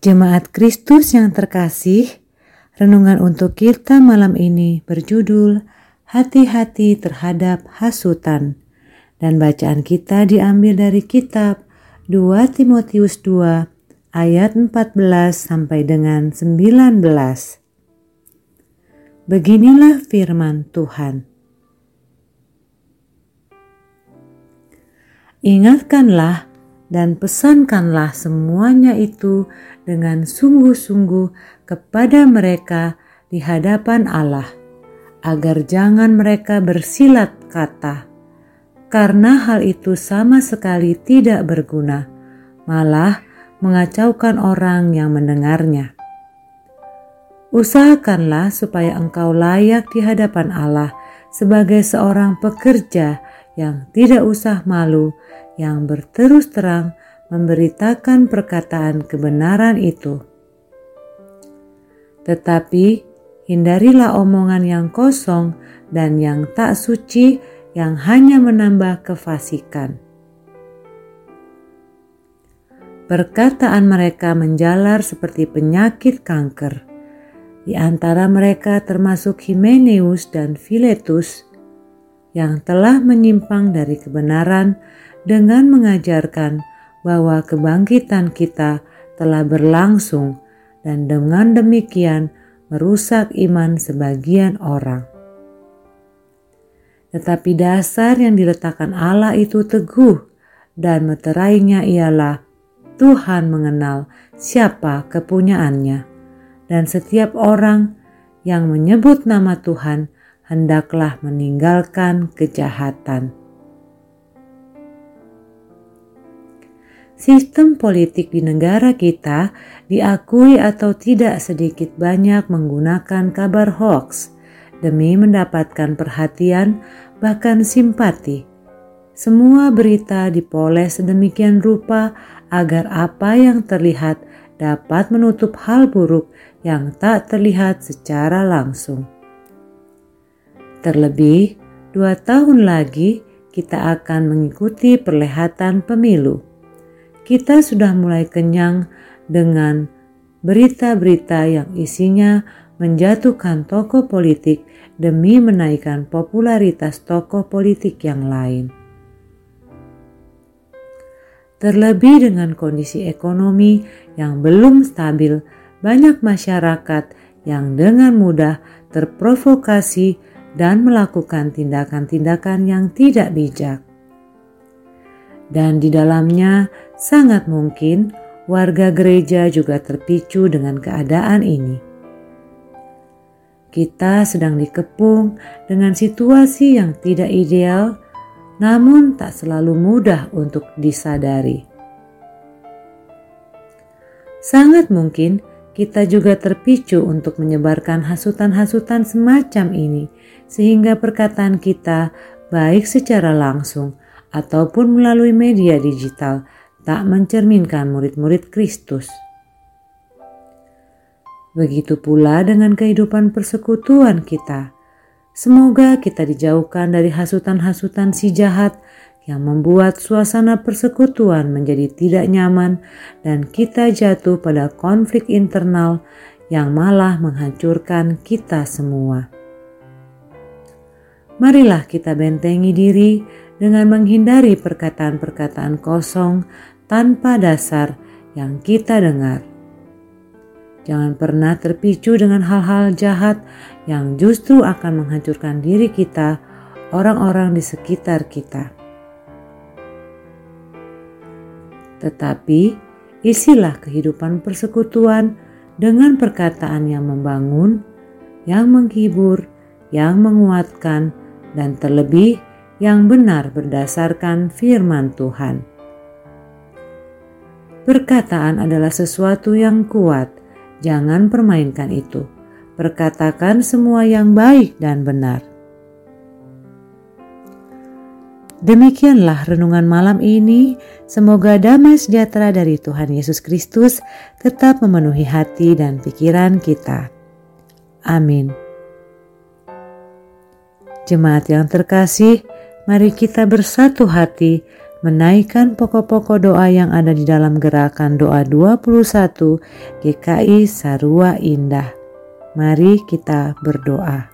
Jemaat Kristus yang terkasih, renungan untuk kita malam ini berjudul Hati-hati terhadap hasutan. Dan bacaan kita diambil dari kitab 2 Timotius 2 ayat 14 sampai dengan 19. Beginilah firman Tuhan. Ingatkanlah dan pesankanlah semuanya itu dengan sungguh-sungguh kepada mereka di hadapan Allah, agar jangan mereka bersilat kata, karena hal itu sama sekali tidak berguna, malah mengacaukan orang yang mendengarnya. Usahakanlah supaya engkau layak di hadapan Allah sebagai seorang pekerja yang tidak usah malu, yang berterus terang memberitakan perkataan kebenaran itu. Tetapi hindarilah omongan yang kosong dan yang tak suci, yang hanya menambah kefasikan. Perkataan mereka menjalar seperti penyakit kanker. Di antara mereka termasuk Himeneus dan Filetus, yang telah menyimpang dari kebenaran dengan mengajarkan bahwa kebangkitan kita telah berlangsung dan dengan demikian merusak iman sebagian orang. Tetapi dasar yang diletakkan Allah itu teguh, dan meterainya ialah Tuhan mengenal siapa kepunyaannya, dan setiap orang yang menyebut nama Tuhan hendaklah meninggalkan kejahatan. Sistem politik di negara kita diakui atau tidak sedikit banyak menggunakan kabar hoaks demi mendapatkan perhatian bahkan simpati. Semua berita dipoles sedemikian rupa agar apa yang terlihat dapat menutup hal buruk yang tak terlihat secara langsung. Terlebih, 2 tahun lagi kita akan mengikuti perhelatan pemilu. Kita sudah mulai kenyang dengan berita-berita yang isinya menjatuhkan tokoh politik demi menaikkan popularitas tokoh politik yang lain. Terlebih dengan kondisi ekonomi yang belum stabil, banyak masyarakat yang dengan mudah terprovokasi dan melakukan tindakan-tindakan yang tidak bijak. Dan di dalamnya sangat mungkin warga gereja juga terpicu dengan keadaan ini. Kita sedang dikepung dengan situasi yang tidak ideal, namun tak selalu mudah untuk disadari. Sangat mungkin kita juga terpicu untuk menyebarkan hasutan-hasutan semacam ini, sehingga perkataan kita baik secara langsung ataupun melalui media digital tak mencerminkan murid-murid Kristus. Begitu pula dengan kehidupan persekutuan kita. Semoga kita dijauhkan dari hasutan-hasutan si jahat yang membuat suasana persekutuan menjadi tidak nyaman dan kita jatuh pada konflik internal yang malah menghancurkan kita semua. Marilah kita bentengi diri dengan menghindari perkataan-perkataan kosong tanpa dasar yang kita dengar. Jangan pernah terpicu dengan hal-hal jahat yang justru akan menghancurkan diri kita, orang-orang di sekitar kita. Tetapi isilah kehidupan persekutuan dengan perkataan yang membangun, yang menghibur, yang menguatkan, dan terlebih yang benar berdasarkan firman Tuhan. Perkataan adalah sesuatu yang kuat, jangan permainkan itu. Perkatakan semua yang baik dan benar. Demikianlah renungan malam ini. Semoga damai sejahtera dari Tuhan Yesus Kristus tetap memenuhi hati dan pikiran kita. Amin. Jemaat yang terkasih, mari kita bersatu hati menaikkan pokok-pokok doa yang ada di dalam gerakan doa 21 GKI Sarua Indah. Mari kita berdoa.